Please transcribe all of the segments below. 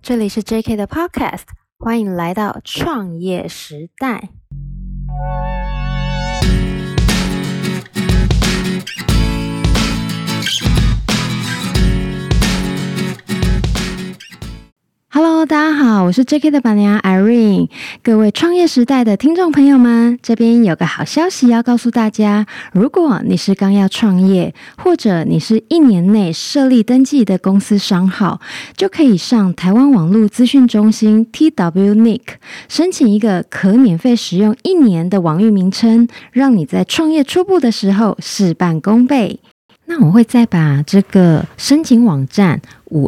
这里是 JK 的 Podcast， 欢迎来到创业时代。Hello， 大家好，我是 JK 的板娘 Irene。各位创业时代的听众朋友们，这边有个好消息要告诉大家，如果你是刚要创业，或者你是1年内设立登记的公司商号，就可以上台湾网络资讯中心 TWNIC 申请一个可免费使用1年的网域名称，让你在创业初步的时候事半功倍。那我会再把这个申请网站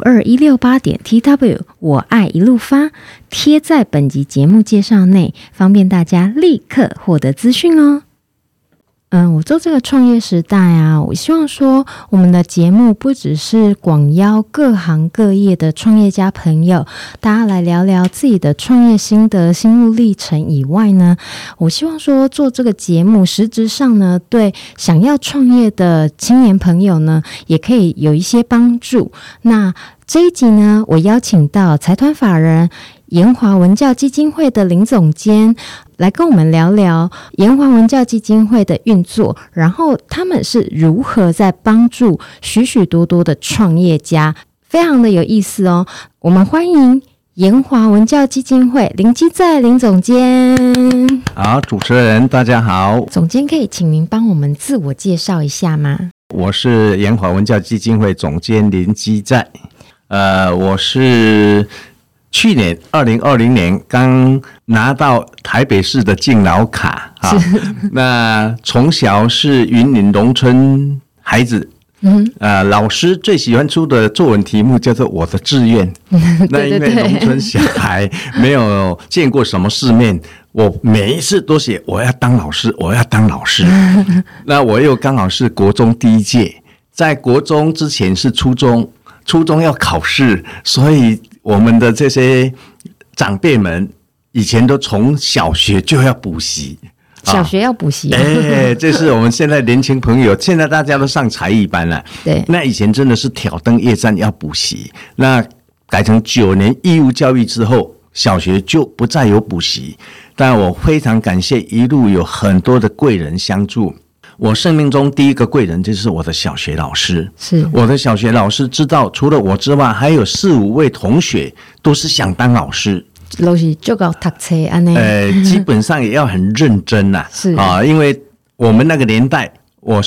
52168.tw 我爱一路发贴在本集节目介绍内，方便大家立刻获得资讯哦。我做这个创业时代啊，我希望说我们的节目不只是广邀各行各业的创业家朋友，大家来聊聊自己的创业心得、心路历程以外呢，我希望说做这个节目实质上呢，对想要创业的青年朋友呢，也可以有一些帮助。那这一集呢，我邀请到财团法人研华文教基金会的林总监来跟我们聊聊研华文教基金会的运作，然后他们是如何在帮助许许多多的创业家，非常的有意思哦。我们欢迎研华文教基金会林基在林总监。 好，主持人大家好。 总监可以请您帮我们自我介绍一下吗？ 我是研华文教基金会总监林基在。我是去年2020年刚拿到台北市的敬老卡啊，那从小是云林农村孩子，老师最喜欢出的作文题目叫做我的志愿。那因为农村小孩没有见过什么世面，我每一次都写我要当老师，我要当老师。那我又刚好是国中第1届，在国中之前是初中要考试，所以我们的这些长辈们以前都从小学就要补习。 小学要补习这是我们现在年轻朋友，现在大家都上才艺班了。 对， 那以前真的是挑灯夜战要补习。那改成9年义务教育之后，小学就不再有补习。但我非常感谢一路有很多的贵人相助。我生命中第一个贵人就是我的小学老师，是我的小学老师知道除了我之外，还有4、5位同学都是想当老师。 都是就搞读册基本上也要很认真啊，是啊，因为我们那个年代，我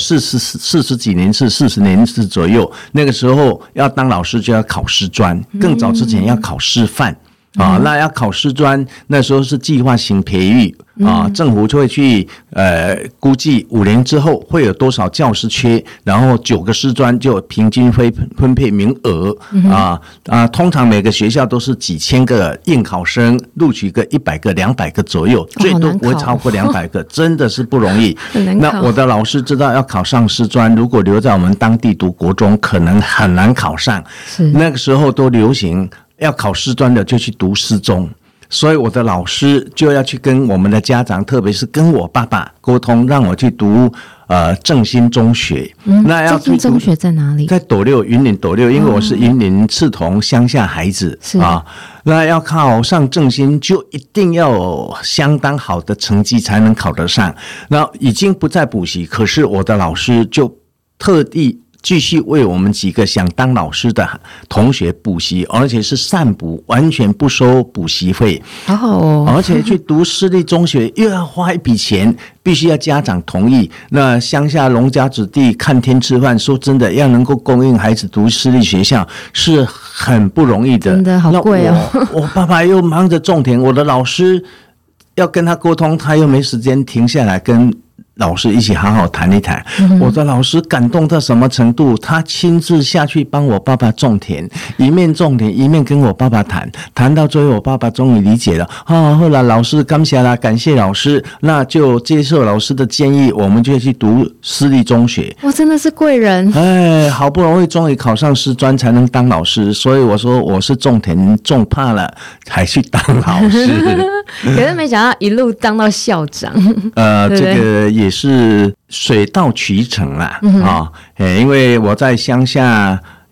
40几年次、40年次左右，那个时候要当老师就要考师专，更早之前要考师范。那要考师专，那时候是计划型培育政府就会去估计5年之后会有多少教师缺，然后9个师专就平均分配名额通常每个学校都是几千个应考生，录取个100个、200个左右，最多不会超过200个，真的是不容易。那我的老师知道要考上师专，如果留在我们当地读国中，可能很难考上。那个时候都流行。要考师专的就去读师中，所以我的老师就要去跟我们的家长，特别是跟我爸爸沟通，让我去读正兴中学。那要正兴中学在哪里？ 在斗六，云林斗六，因为我是云林赤桐乡下孩子那要考上正兴就一定要有相当好的成绩才能考得上。那已经不再补习，可是我的老师就特地继续为我们几个想当老师的同学补习，而且是善补，完全不收补习费。 好好哦， 而且去读私立中学又要花一笔钱，必须要家长同意。那乡下农家子弟看天吃饭，说真的，要能够供应孩子读私立学校是很不容易的， 真的好贵哦。 我爸爸又忙着种田，我的老师要跟他沟通，他又没时间停下来跟老师一起好好谈一谈。我的老师感动到什么程度，他亲自下去帮我爸爸种田，一面种田一面跟我爸爸谈到最后，我爸爸终于理解了后来老师感谢啦，感谢老师，那就接受老师的建议，我们就去读私立中学。 我真的是贵人， 好不容易终于考上师专才能当老师，所以我说我是种田种怕了还去当老师。 可是没想到一路当到校长。 这个也是水到渠成啦因为我在乡下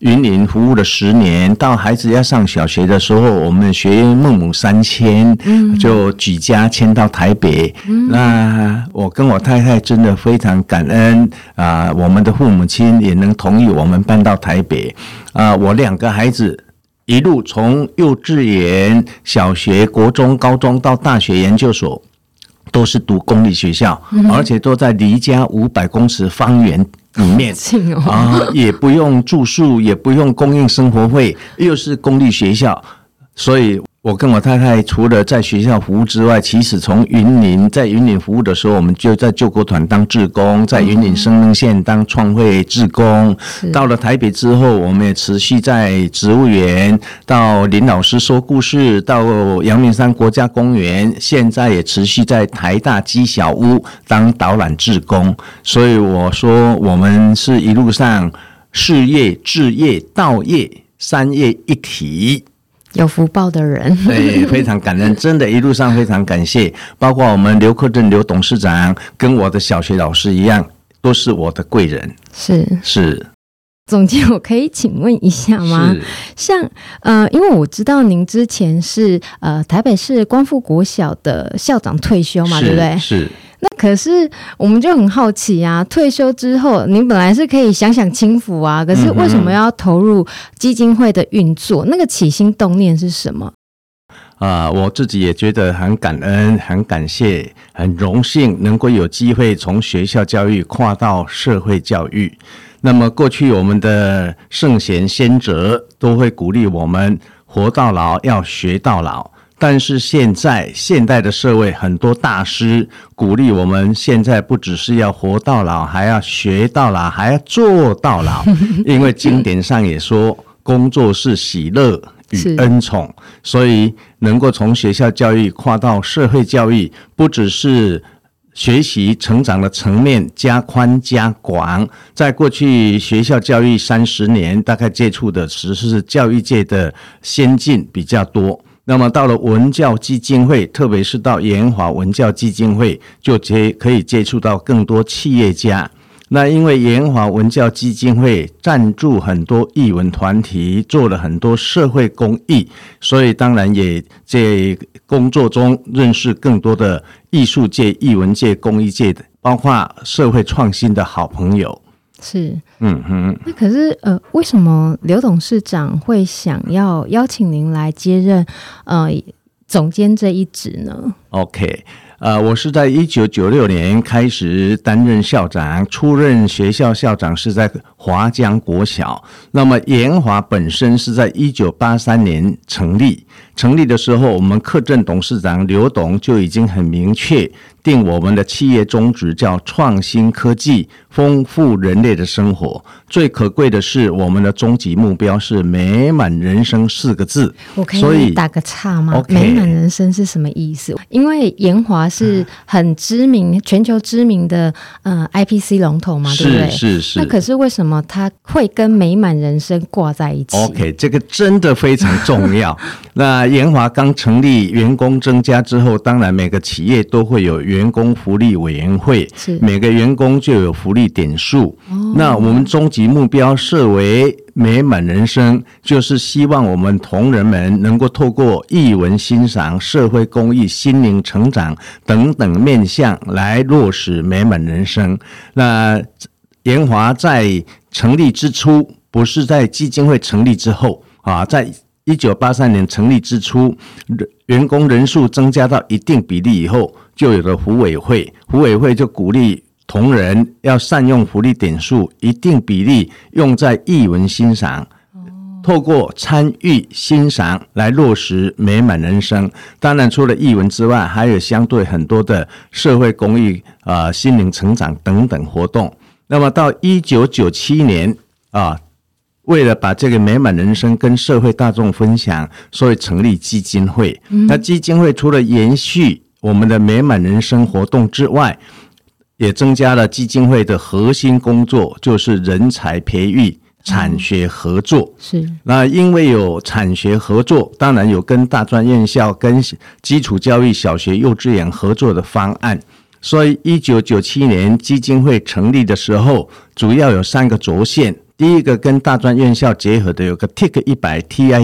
云林服务了10年，到孩子要上小学的时候，我们学员孟母3000，就举家迁到台北。那我跟我太太真的非常感恩我们的父母亲也能同意我们搬到台北。我2个孩子一路从幼稚园、小学、国中、高中到大学研究所，都是读公立学校，而且都在离家500公尺方圆里面也不用住宿，也不用供应生活费，又是公立学校，所以我跟我太太除了在学校服务之外，其实从在云林服务的时候，我们就在救国团当志工，在云林生命线当创会志工。到了台北之后，我们也持续在植物园，到林老师说故事，到阳明山国家公园，现在也持续在台大基小屋当导览志工。所以我说，我们是一路上事业、志业、道业3业一体。 有福报的人， 对，非常感恩，真的一路上非常感谢，包括我们刘克正刘董事长跟我的小学老师一样，都是我的贵人。是。 总监，我可以请问一下吗？像因为我知道您之前是台北市光复国小的校长退休嘛，对不对？ 是。 那可是我们就很好奇啊，退休之后您本来是可以享清福啊，可是为什么要投入基金会的运作？那个起心动念是什么？ 我自己也觉得很感恩、很感谢、很荣幸能够有机会从学校教育跨到社会教育。那么过去我们的圣贤先哲都会鼓励我们活到老要学到老，但是现代的社会很多大师鼓励我们现在不只是要活到老，还要学到老，还要做到老。因为经典上也说工作是喜乐与恩宠，所以能够从学校教育跨到社会教育，不只是学习成长的层面加宽加广。在过去学校教育30年，大概接触的只是教育界的先进比较多，那么到了文教基金会，特别是到研华文教基金会，就可以接触到更多企业家。那因为研华文教基金会赞助很多艺文团体，做了很多社会公益，所以当然也在工作中认识更多的艺术界、艺文界、公益界的，包括社会创新的好朋友。 是，那可是为什么刘董事长会想要邀请您来接任总监这一职呢 ？OK。我是在1996年开始担任校长，出任学校校长是在华江国小。那么研华本身是在1983年成立的时候，我们客正董事长刘董就已经很明确定我们的企业宗旨叫创新科技，丰富人类的生活。最可贵的是，我们的终极目标是美满人生4个字。 我可以打个岔吗？美满人生是什么意思？因为研华是很知名、全球知名的IPC 龙头嘛，对不对？ 是。 那可是为什么它会跟美满人生挂在一起 ？OK， 这个真的非常重要。那研华刚成立，员工增加之后，当然每个企业都会有员工福利委员会，每个员工就有福利点数。那我们终极目标设为美满人生，就是希望我们同仁们能够透过艺文欣赏、社会公益、心灵成长等等面向来落实美满人生。那研华在成立之初，不是在基金会成立之后在1983年成立之初，员工人数增加到一定比例以后，就有了福委会，福委会就鼓励同仁要善用福利点数，一定比例用在艺文欣赏，透过参与欣赏来落实美满人生。当然除了艺文之外，还有相对很多的社会公益、心灵成长等等活动。那么到1997年为了把这个美满人生跟社会大众分享，所以成立基金会。那基金会除了延续我们的美满人生活动之外，也增加了基金会的核心工作，就是人才培育、产学合作。 是。 那因为有产学合作，当然有跟大专院校、跟基础教育、小学、幼稚园合作的方案。所以1997年基金会成立的时候，主要有3个轴线。 第一个跟大专院校结合的有个 TIC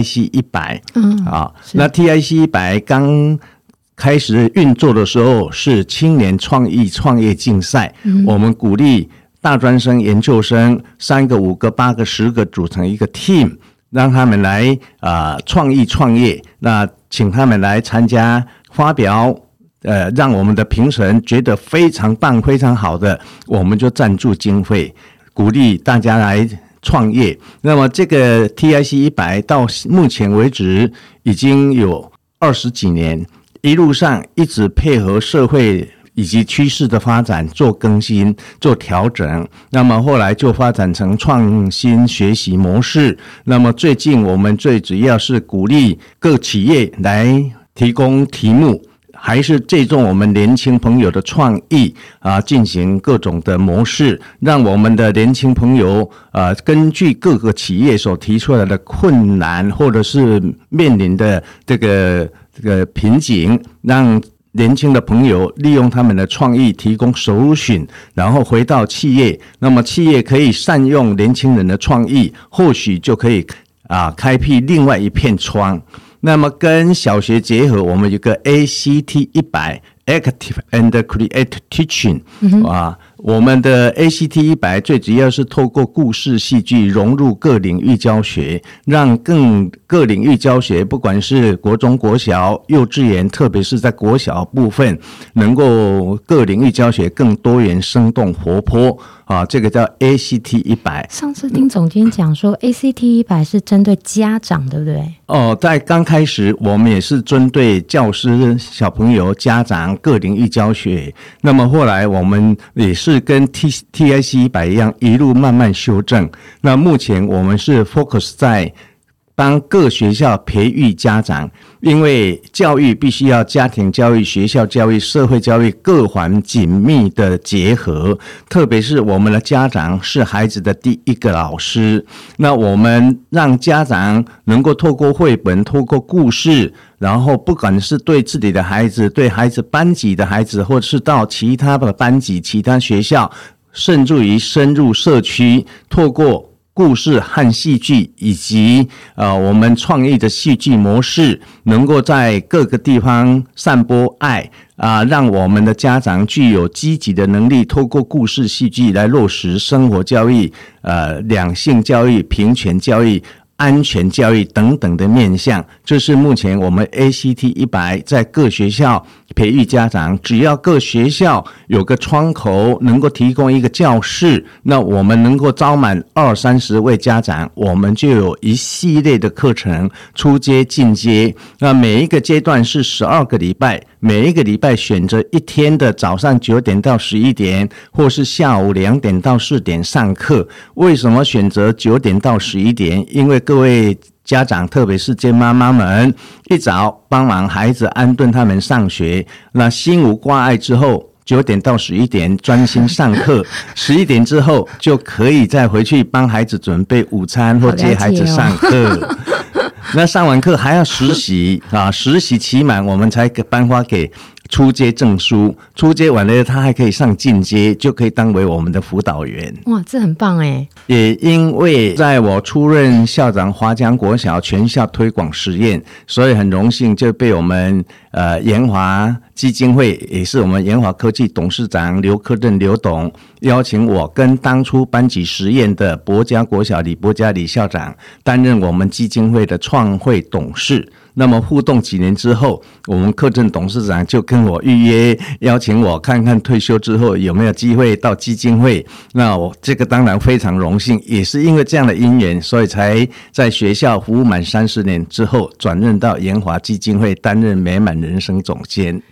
100 那 TIC 100刚开始运作的时候是青年创业竞赛，我们鼓励大专生、研究生3个、5个、8个、10个组成一个 team， 让他们来创业，那请他们来参加发表，让我们的评审觉得非常棒、非常好的，我们就赞助经费，鼓励大家来创业。那么这个 TIC 100到目前为止已经有20几年，一路上一直配合社会以及趋势的发展做更新、做调整，那么后来就发展成创新学习模式。那么最近我们最主要是鼓励各企业来提供题目，还是借重我们年轻朋友的创意进行各种的模式，让我们的年轻朋友根据各个企业所提出来的困难或者是面临的这个瓶颈，让年轻的朋友利用他们的创意提供solution，然后回到企业，那么企业可以善用年轻人的创意，或许就可以开辟另外一片窗。那么跟小学结合，我们有个 ACT 100 Active and Creative Teaching 我们的 ACT 100最主要是透过故事戏剧融入各领域教学，让各领域教学，不管是国中、国小、幼稚园，特别是在国小部分，能够各领域教学更多元、生动、活泼这个叫 ACT 100。 上次听总监讲说 ACT 100是针对家长，对不对？ 在刚开始我们也是针对教师、小朋友、家长各领域教学，那么后来我们也是跟 TIC 100一样，一路慢慢修正。那目前我们是 focus 在帮各学校培育家长，因为教育必须要家庭教育、学校教育、社会教育各环紧密的结合，特别是我们的家长是孩子的第一个老师，那我们让家长能够透过绘本、透过故事，然后不管是对自己的孩子、对孩子班级的孩子，或者是到其他的班级、其他学校，甚至于深入社区，透过故事和戏剧以及我们创意的戏剧模式，能够在各个地方散播爱让我们的家长具有积极的能力，透过故事戏剧来落实生活教育、两性教育、平权教育、安全教育等等的面向。这是目前我们 ACT 100在各学校培育家长，只要各学校有个窗口能够提供一个教室，那我们能够招满20-30位家长，我们就有一系列的课程，初阶、进阶，那每一个阶段是12个礼拜，每一个礼拜选择一天的早上9点到11点，或是下午2点到4点上课。为什么选择9点到11点？因为各位家长，特别是接妈妈们，一早帮忙孩子安顿他们上学，那心无挂碍之后，9点到11点专心上课，11点之后就可以再回去帮孩子准备午餐或接孩子上课。那上完课还要实习实习期满我们才颁发给初阶证书，初阶完了他还可以上进阶，就可以当为我们的辅导员。 哇，这很棒耶！ 也因为在我出任校长华江国小全校推广实验，所以很荣幸就被我们研华基金会，也是我们研华科技董事长刘科任刘董邀请我跟当初班级实验的博嘉国小李博嘉李校长担任我们基金会的创会董事。那么互动几年之后，我们科任董事长就跟我预约，邀请我看看退休之后有没有机会到基金会。那我这个当然非常荣幸，也是因为这样的因缘，所以才在学校服务满30年之后，转任到研华基金会担任美满人生总监。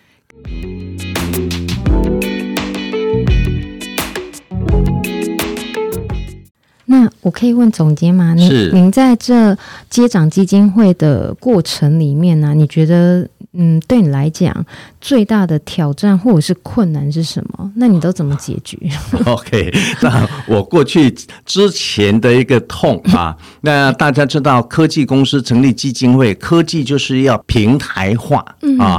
那我可以问总监吗？您在这接掌基金会的过程里面呢，你觉得对你来讲最大的挑战或者是困难是什么？那你都怎么解决 ？OK， 那我过去之前的一个痛那大家知道科技公司成立基金会，科技就是要平台化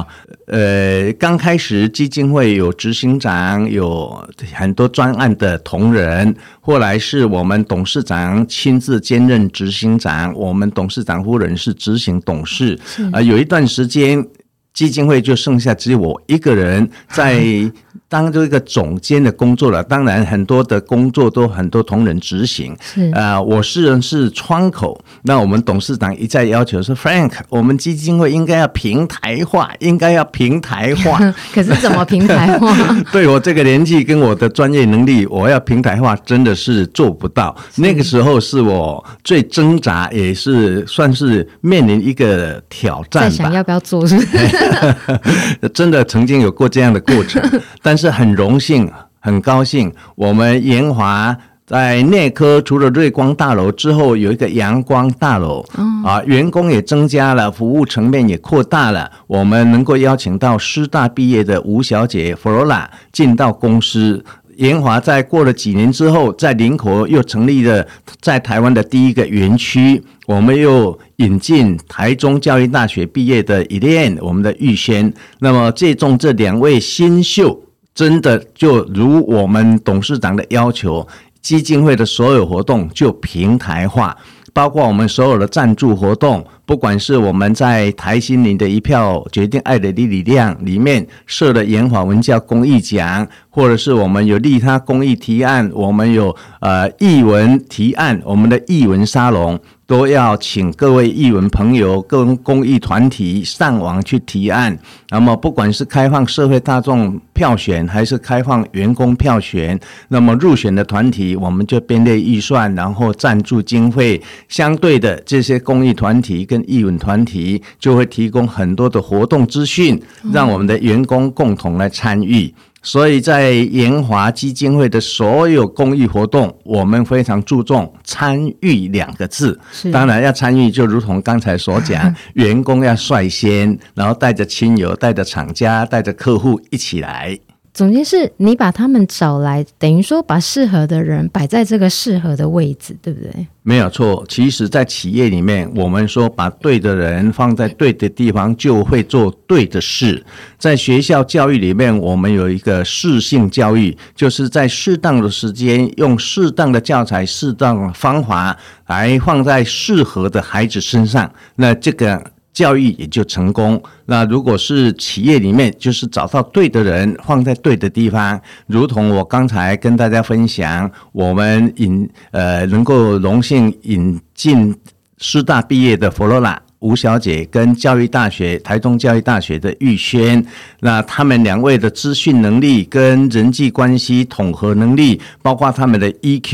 刚开始基金会有执行长，有很多专案的同仁，后来是我们董事长亲自兼任执行长，我们董事长夫人是执行董事，有一段时间基金会就剩下只有我一个人在当这个总监的工作了，当然很多的工作都很多同仁执行，我是窗口。那我们董事长一再要求说 Frank 我们基金会应该要平台化，应该要平台化可是怎么平台化？对我这个年纪跟我的专业能力，我要平台化真的是做不到。那个时候是我最挣扎，也是算是面临一个挑战吧， 在想要不要做是不是真的曾经有过这样的过程但是很荣幸很高兴，我们研华在内科除了瑞光大楼之后有一个阳光大楼，员工也增加了，服务层面也扩大了，我们能够邀请到师大毕业的吴小姐 Flora 进到公司。研华在过了几年之后，在林口又成立了在台湾的第一个园区，我们又引进台中教育大学毕业的 Elaine 我们的玉轩，那么最终这2位新秀真的就如我们董事长的要求，基金会的所有活动就平台化，包括我们所有的赞助活动，不管是我们在台新林的一票决定爱的力量里面设了研华文教公益奖，或者是我们有利他公益提案，我们有艺文提案，我们的艺文沙龙都要请各位艺文朋友跟公益团体上网去提案，那么不管是开放社会大众票选还是开放员工票选，那么入选的团体我们就编列预算，然后赞助经费，相对的这些公益团体跟艺文团体就会提供很多的活动资讯，让我们的员工共同来参与。所以在研华基金会的所有公益活动，我们非常注重参与2个字。当然要参与就如同刚才所讲员工要率先，然后带着亲友带着厂家带着客户一起来。 总结是你把他们找来，等于说把适合的人摆在这个适合的位置，对不对？ 没有错，其实在企业里面我们说把对的人放在对的地方就会做对的事。在学校教育里面我们有一个适性教育，就是在适当的时间用适当的教材适当的方法来放在适合的孩子身上，那这个教育也就成功。那如果是企业里面，就是找到对的人放在对的地方，如同我刚才跟大家分享，我们能够荣幸引进师大毕业的 Flora吴小姐跟台中教育大学的玉轩，那他们2位的资讯能力跟人际关系统合能力，包括他们的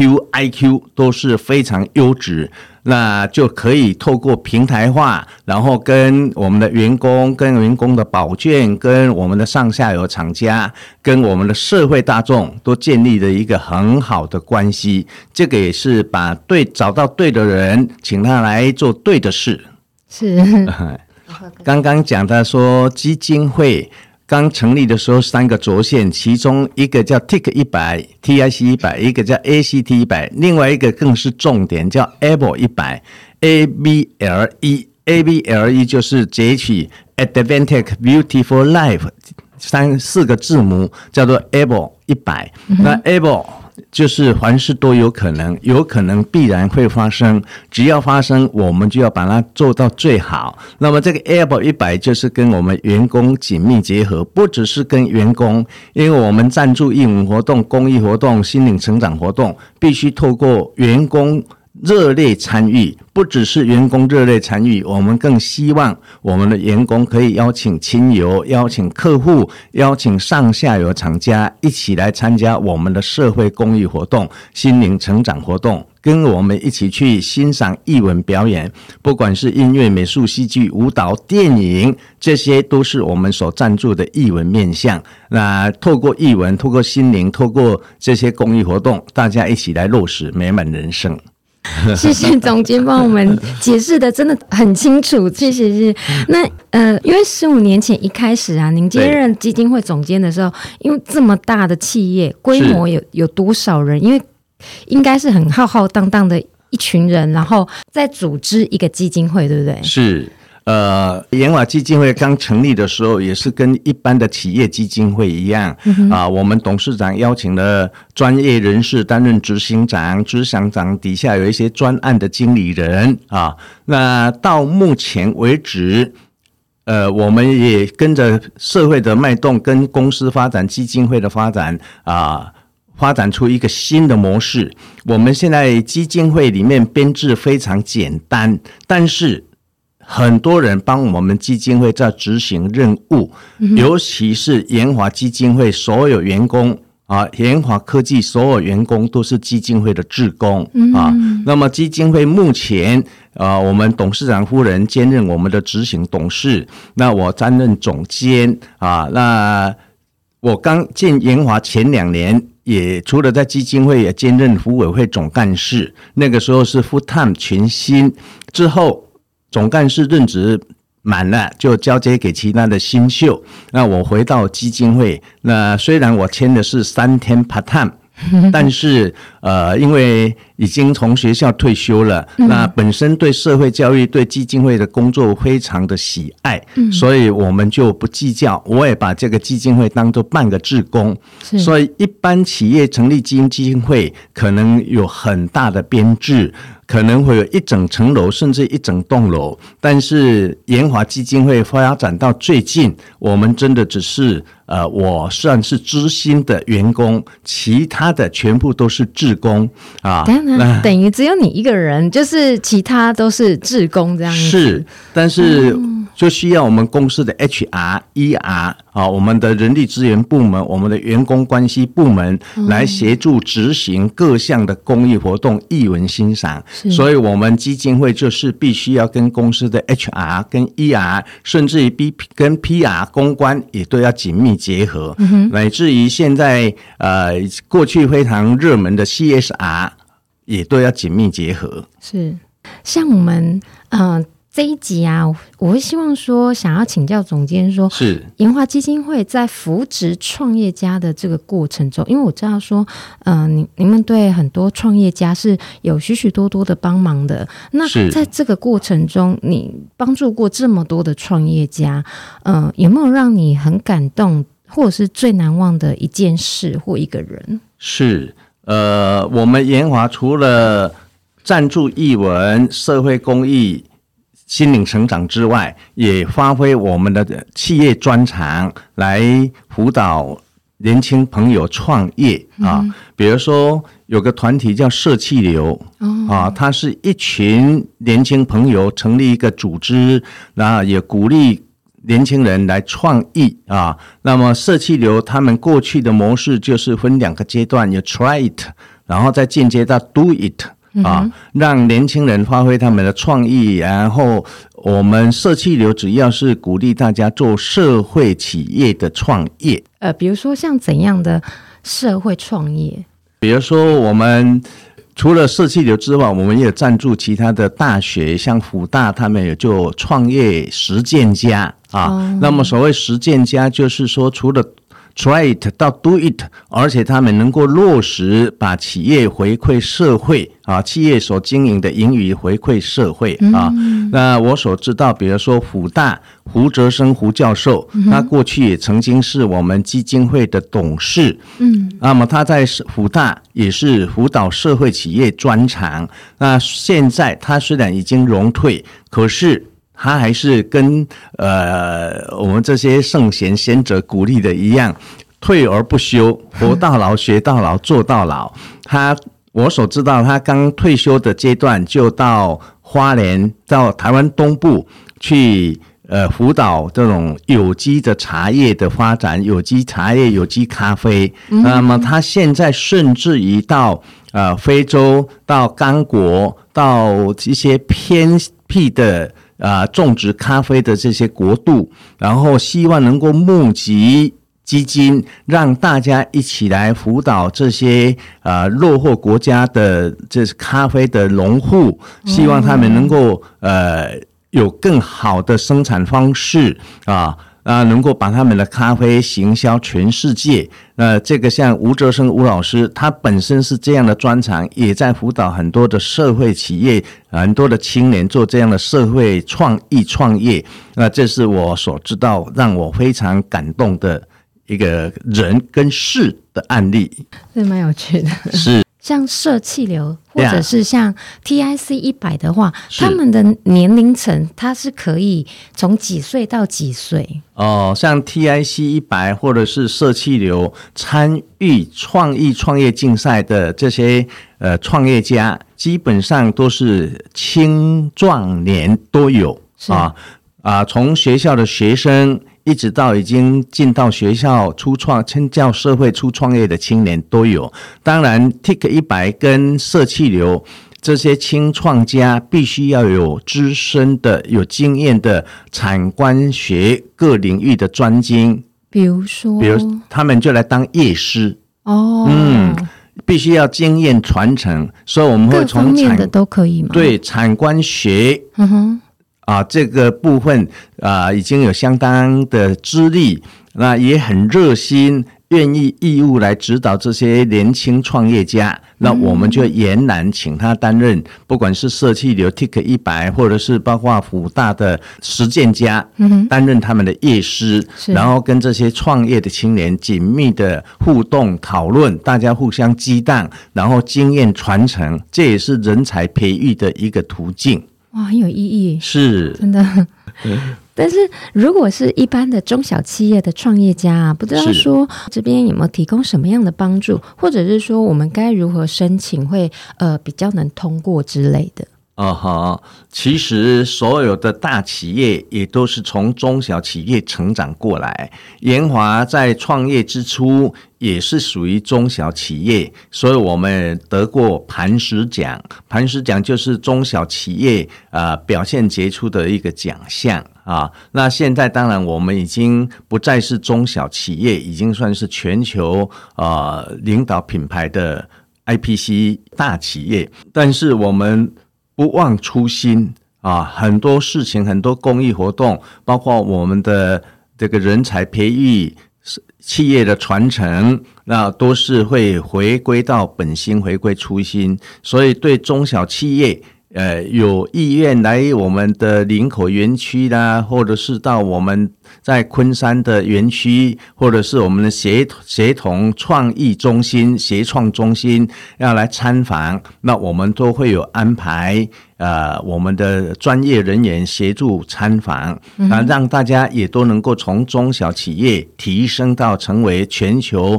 EQ、IQ 都是非常优质，那就可以透过平台化，然后跟我们的员工、跟员工的保眷、跟我们的上下游厂家、跟我们的社会大众都建立了一个很好的关系。这个也是找到对的人，请他来做对的事。是刚刚讲到说基金会刚成立的时候3个轴线，其中一个叫 TIC 100 一个叫 ACT 100，另外一个更是重点叫 ABLE 100 ABLE 就是截取 Advantech Beautiful Life 4个字母叫做 ABLE 100，那 ABLE就是凡事都有可能，有可能必然会发生，只要发生我们就要把它做到最好。那么这个 ABLE 100就是跟我们员工紧密结合，不只是跟员工，因为我们赞助艺文活动、公益活动、心灵成长活动，必须透过员工热烈参与，不只是员工热烈参与，我们更希望我们的员工可以邀请亲友、邀请客户、邀请上下游厂家一起来参加我们的社会公益活动、心灵成长活动，跟我们一起去欣赏艺文表演，不管是音乐、美术、戏剧、舞蹈、电影，这些都是我们所赞助的艺文面向。那透过艺文、透过心灵、透过这些公益活动，大家一起来落实美满人生。 谢谢总监帮我们解释的真的很清楚，谢谢。那因为15年前一开始啊，您接任基金会总监的时候，因为这么大的企业规模有多少人？因为应该是很浩浩荡荡的一群人，然后再组织一个基金会，对不对？ 是。 研华基金会刚成立的时候，也是跟一般的企业基金会一样，我们董事长邀请了专业人士担任执行长，执行长底下有一些专案的经理人那到目前为止，我们也跟着社会的脉动，跟公司发展、基金会的发展发展出一个新的模式。我们现在基金会里面编制非常简单，但是很多人帮我们基金会在执行任务，尤其是研华基金会所有员工研华科技所有员工都是基金会的志工那么基金会目前我们董事长夫人兼任我们的执行董事，那我担任总监那我刚进研华前2年，也除了在基金会也兼任福委会总干事，那个时候是 full time 全薪，之后总干事任职满了就交接给其他的新秀，那我回到基金会，那虽然我签的是3天 part time，但是因为已经从学校退休了，那本身对社会教育、对基金会的工作非常的喜爱，所以我们就不计较，我也把这个基金会当作半个志工。所以一般企业成立基金会可能有很大的编制，可能会有一整层楼甚至一整栋楼，但是研华基金会发展到最近，我们真的只是我算是知心的员工，其他的全部都是志工等于只有你一个人，就是其他都是志工这样子。 是，但是就需要我们公司的 HR、ER 我们的人力资源部门、我们的员工关系部门来协助执行各项的公益活动、艺文欣赏。所以我们基金会就是必须要跟公司的 HR 跟 ER 甚至于跟 PR 公关也都要紧密结合，乃至于现在过去非常热门的 CSR 也都要紧密结合。 是，像我们这一集我会希望说，想要请教总监说，是研华基金会在扶植创业家的这个过程中，因为我知道说，你们对很多创业家是有许许多多的帮忙的。那在这个过程中，你帮助过这么多的创业家，有没有让你很感动，或者是最难忘的一件事或一个人？ 是，我们研华除了赞助艺文、社会公益、心灵成长之外，也发挥我们的企业专长来辅导年轻朋友创业比如说有个团体叫社企流它是一群年轻朋友成立一个组织，然后也鼓励年轻人来创意那么社企流他们过去的模式就是分2个阶段，有 try it， 然后再进阶到 do it让年轻人发挥他们的创意，然后我们社企流主要是鼓励大家做社会企业的创业。 比如说像怎样的社会创业？ 比如说我们除了社企流之外，我们也有赞助其他的大学，像辅大他们也就创业实践家那么所谓实践家就是说除了try it 到 do it， 而且他们能够落实把企业回馈社会企业所经营的盈余回馈社会那我所知道，比如说辅大胡哲生胡教授，他过去也曾经是我们基金会的董事那么他在辅大也是辅导社会企业专长，那现在他虽然已经荣退，可是他还是跟我们这些圣贤贤者鼓励的一样，退而不休，活到老学到老做到老。我所知道他刚退休的阶段就到花莲到台湾东部去辅导这种有机的茶叶的发展，有机茶叶、有机咖啡那么他现在甚至于到非洲、到刚果、到一些偏僻的种植咖啡的这些国度，然后希望能够募集基金，让大家一起来辅导这些落后国家的这咖啡的农户，希望他们能够有更好的生产方式能够把他们的咖啡行销全世界。这个像吴哲生吴老师，他本身是这样的专长，也在辅导很多的社会企业，很多的青年做这样的社会创意创业。这是我所知道让我非常感动的一个人跟事的案例， 这蛮有趣的。 是像社气流或者是像 TIC 100的话，他们的年龄层它是可以从几岁到几岁？ 像 TIC 100或者是社气流参与创意创业竞赛的这些创业家，基本上都是青壮年都有从学校的学生一直到已经进到学校参教社会出创业的青年都有。当然 TIC 100跟社气流这些青创家必须要有资深的有经验的产官学各领域的专精，比如他们就来当业师必须要经验传承，所以我们会从各方面的都可以吗？ 对，产官学这个部分已经有相当的资历，那也很热心，愿意义务来指导这些年轻创业家。那我们就延揽请他担任，不管是社气流 TIC 100，或者是包括辅大的实践家，担任他们的业师，然后跟这些创业的青年紧密的互动讨论，大家互相激荡，然后经验传承，这也是人才培育的一个途径。 哇，很有意义， 是真的。但是如果是一般的中小企业的创业家不知道说这边有没有提供什么样的帮助，或者是说我们该如何申请会比较能通过之类的？ 其实所有的大企业也都是从中小企业成长过来，研华在创业之初也是属于中小企业，所以我们得过磐石奖。磐石奖就是中小企业表现杰出的一个奖项那现在当然我们已经不再是中小企业，已经算是全球领导品牌的 IPC 大企业，但是我们不忘初心很多事情，很多公益活动，包括我们的这个人才培育、企业的传承，那都是会回归到本心，回归初心。所以对中小企业有意愿来我们的林口园区啦，或者是到我们在昆山的园区，或者是我们的协同创意中心、协创中心要来参访，那我们都会有安排我们的专业人员协助参访，让大家也都能够从中小企业提升到成为全球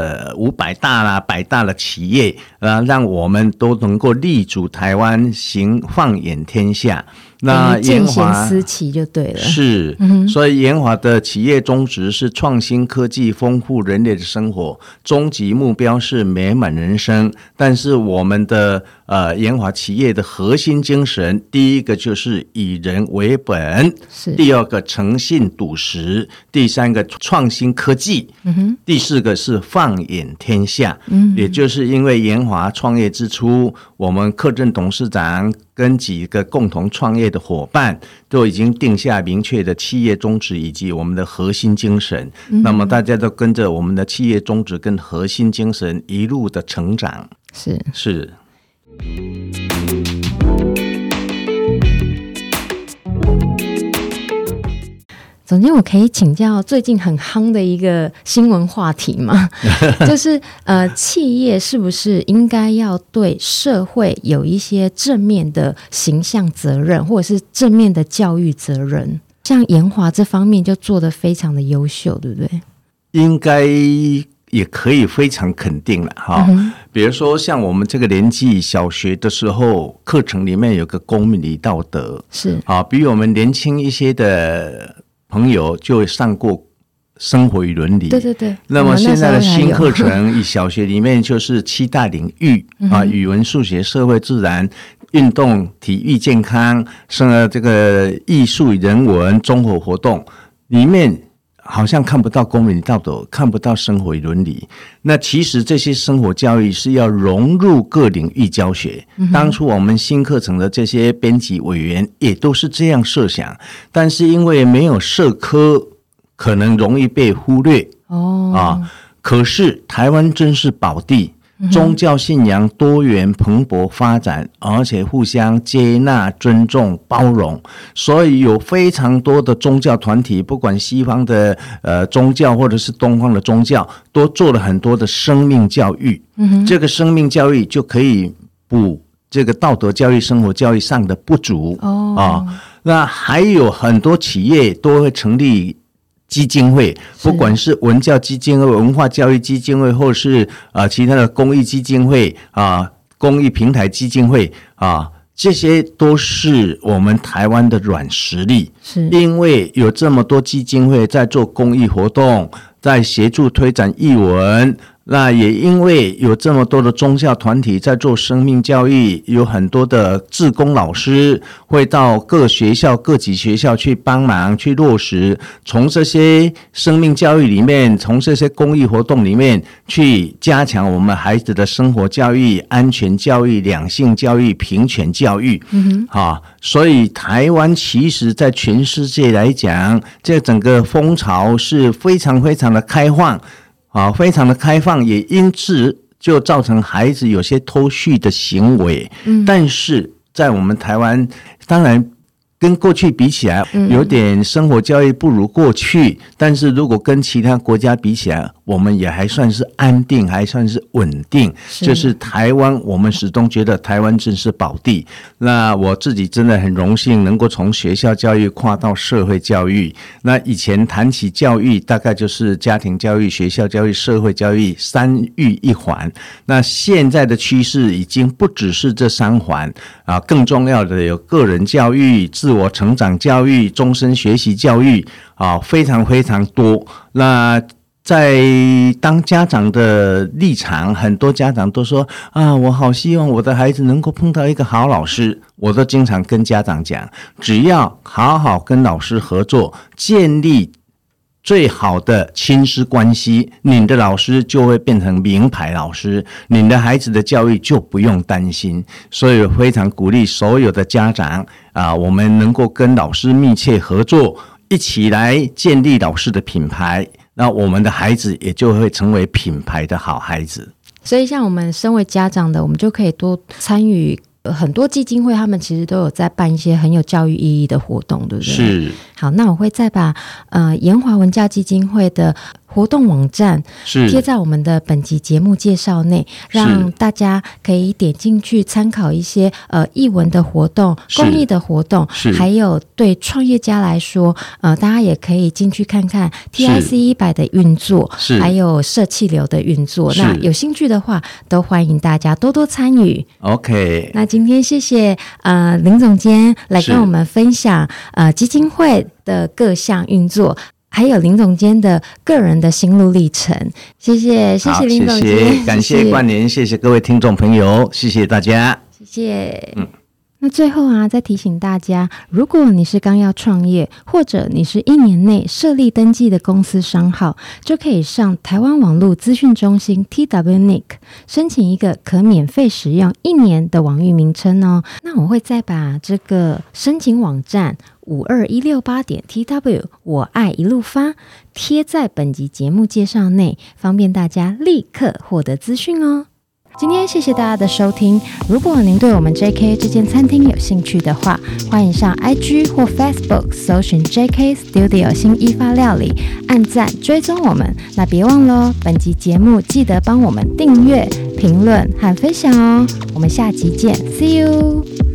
500大啦、100大的企业，让我们都能够立足台湾，放眼天下。那研华见贤思齐就对了， 是，所以研华的企业宗旨是创新科技丰富人类的生活，终极目标是美满人生。但是我们的研华企业的核心精神，第一个就是以人为本，第二个诚信笃实，第三个创新科技，第四个是放眼天下。也就是因为研华创业之初，我们柯震董事长跟几个共同创业的伙伴都已经定下明确的企业宗旨以及我们的核心精神，那么大家都跟着我们的企业宗旨跟核心精神一路的成长。是总监，我可以请教最近很夯的一个新闻话题吗？就是企业是不是应该要对社会有一些正面的形象责任，或者是正面的教育责任？像研华这方面就做得非常的优秀，对不对？ 应该也可以非常肯定了比如说像我们这个年纪，小学的时候课程里面有个公民与道德， 是比我们年轻一些的朋友就上过生活与伦理， 对。 那么现在的新课程，以小学里面就是7大领域语文、数学、社会、自然、运动、体育、健康，这个艺术与人文综合活动里面，好像看不到公民与道德，看不到生活与伦理。那其实这些生活教育是要融入各领域教学，当初我们新课程的这些编辑委员也都是这样设想，但是因为没有社科可能容易被忽略可是台湾真是宝地，宗教信仰多元蓬勃发展，而且互相接纳、尊重、包容，所以有非常多的宗教团体，不管西方的宗教或者是东方的宗教，都做了很多的生命教育。这个生命教育就可以补这个道德教育、生活教育上的不足那还有很多企业都会成立基金会，不管是文教基金会、文化教育基金会，或是其他的公益基金会公益平台基金会这些都是我们台湾的软实力。是因为有这么多基金会在做公益活动，在协助推展艺文，那也因为有这么多的宗教团体在做生命教育，有很多的志工老师会到各学校、各级学校去帮忙去落实，从这些生命教育里面，从这些公益活动里面去加强我们孩子的生活教育、安全教育、两性教育、平权教育。所以台湾其实在全世界来讲，这整个风潮是非常非常的开放非常的开放，也因此就造成孩子有些偷续的行为。但是在我们台湾，当然跟过去比起来有点生活教育不如过去，但是如果跟其他国家比起来，我们也还算是安定，还算是稳定。就是台湾，我们始终觉得台湾真是宝地。那我自己真的很荣幸能够从学校教育跨到社会教育。那以前谈起教育，大概就是家庭教育、学校教育、社会教育三育一环。那现在的趋势已经不只是这三环更重要的有个人教育、自我成长教育、终身学习教育非常非常多。那在当家长的立场，很多家长都说我好希望我的孩子能够碰到一个好老师。我都经常跟家长讲，只要好好跟老师合作，建立最好的亲师关系，你的老师就会变成名牌老师，你的孩子的教育就不用担心。所以非常鼓励所有的家长我们能够跟老师密切合作，一起来建立老师的品牌，那我们的孩子也就会成为品牌的好孩子。 所以像我们身为家长的，我们就可以多参与很多基金会，他们其实都有在办一些很有教育意义的活动，对不对？是。好，那我会再把研华文教基金会的活动网站贴在我们的本集节目介绍内，让大家可以点进去参考一些艺文的活动、公益的活动，还有对创业家来说大家也可以进去看看 TIC 100的运作，还有社气流的运作。那有兴趣的话，都欢迎大家多多参与。 OK， 那今天谢谢林总监来跟我们分享基金会的各项运作，还有林总监的个人的心路历程。谢谢林总监， 感谢冠霖，谢谢各位听众朋友，谢谢大家， 谢谢。那最后再提醒大家，如果你是刚要创业，或者你是1年内设立登记的公司商号，就可以上台湾网络资讯中心 TWNIC 申请一个可免费使用1年的网域名称哦。那我会再把这个申请网站52168.tw 我爱一路发贴在本集节目介绍内，方便大家立刻获得资讯哦。今天谢谢大家的收听，如果您对我们 JK 这间餐厅有兴趣的话，欢迎上 IG 或 Facebook 搜寻 JK Studio 新一发料理，按赞追踪我们。那别忘了本集节目记得帮我们订阅、评论和分享哦。我们下集见， See you。